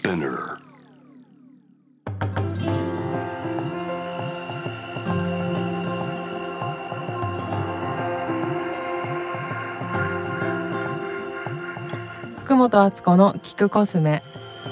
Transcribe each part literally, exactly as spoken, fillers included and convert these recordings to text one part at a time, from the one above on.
Spinner. 福本敦子の聞くコスメ。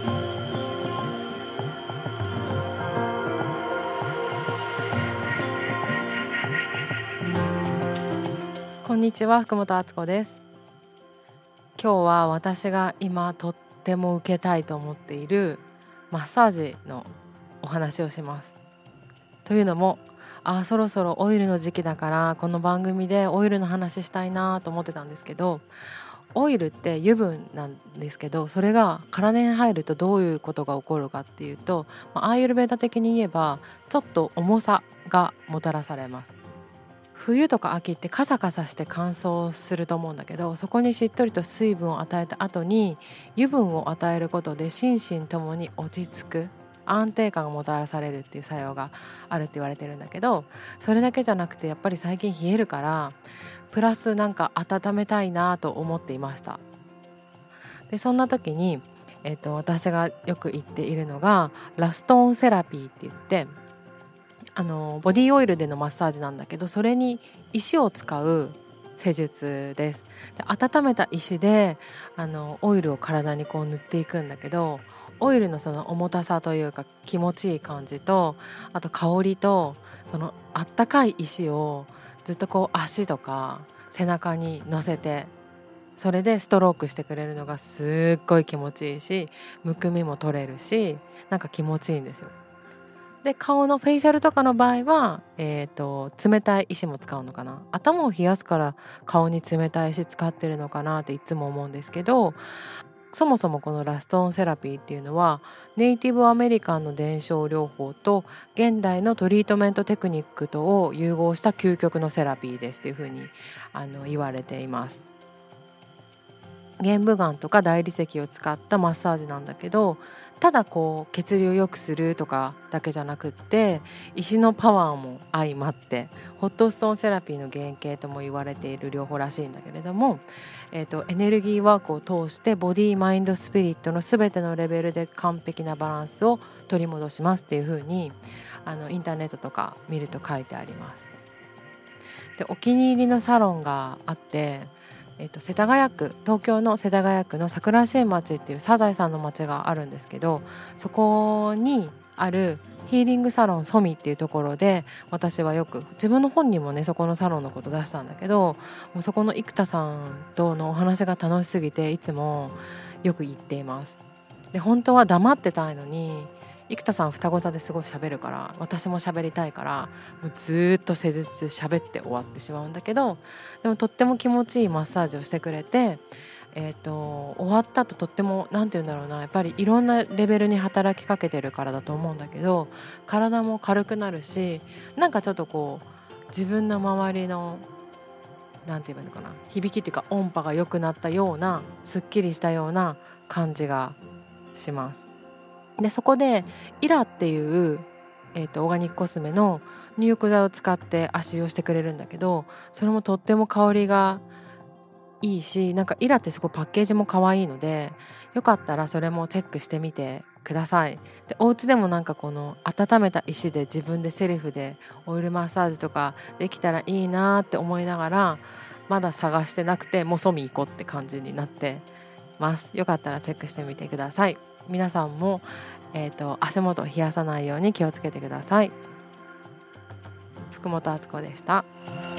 こんにちは、福本敦子です。今日は私が今とっても受けたいと思っているマッサージのお話をします。というのも、あそろそろオイルの時期だからこの番組でオイルの話したいなと思ってたんですけど、オイルって油分なんですけど、それが体に入るとどういうことが起こるかっていうと、アーユルヴェーダ的に言えばちょっと重さがもたらされます。冬とか秋ってカサカサして乾燥すると思うんだけど、そこにしっとりと水分を与えた後に油分を与えることで心身ともに落ち着く安定感がもたらされるっていう作用があるって言われてるんだけど、それだけじゃなくてやっぱり最近冷えるからプラスなんか温めたいなと思っていました。でそんな時に、えーと、私がよく言っているのがラストーンセラピーって言って、あのボディオイルでのマッサージなんだけど、それに石を使う施術です。で温めた石であのオイルを体にこう塗っていくんだけど、オイルのその重たさというか気持ちいい感じと、あと香りと、そのあったかい石をずっとこう足とか背中に乗せて、それでストロークしてくれるのがすっごい気持ちいいし、むくみも取れるし、なんか気持ちいいんですよ。で顔のフェイシャルとかの場合は、えーと、冷たい石も使うのかな。頭を冷やすから顔に冷たい石使ってるのかなっていつも思うんですけど、そもそもこのラストーンセラピーっていうのはネイティブアメリカンの伝承療法と現代のトリートメントテクニックとを融合した究極のセラピーですっていうふうにあの言われています。玄武岩とか大理石を使ったマッサージなんだけど、ただこう血流を良くするとかだけじゃなくって、石のパワーも相まってホットストーンセラピーの原型とも言われている療法らしいんだけれども、えーと、エネルギーワークを通してボディマインドスピリットの全てのレベルで完璧なバランスを取り戻しますっていう風にあのインターネットとか見ると書いてあります。でお気に入りのサロンがあって、えっと、世田谷区、東京の世田谷区の桜新町っていうサザエさんの町があるんですけど、そこにあるヒーリングサロンソミっていうところで、私はよく自分の本にもねそこのサロンのこと出したんだけど、もうそこの生田さんとのお話が楽しすぎていつもよく行っています。で本当は黙ってたいのに、生田さん双子座ですごい喋るから、私も喋りたいから、もうずっと施術喋って終わってしまうんだけど、でもとっても気持ちいいマッサージをしてくれて、えーと、終わった後とってもなんて言うんだろうな、やっぱりいろんなレベルに働きかけてるからだと思うんだけど、体も軽くなるし、なんかちょっとこう自分の周りのなんて言えばいいのかな、響きっていうか音波が良くなったような、すっきりしたような感じがします。でそこでイラっていう、えーと、オーガニックコスメの入浴剤を使って足湯をしてくれるんだけど、それもとっても香りがいいし、なんかイラってすごいパッケージも可愛いので、よかったらそれもチェックしてみてください。でお家でもなんかこの温めた石で自分でセルフでオイルマッサージとかできたらいいなって思いながら、まだ探してなくてもうソミ行こうって感じになってます。よかったらチェックしてみてください。皆さんも、えーと、足元を冷やさないように気をつけてください。福本敦子でした。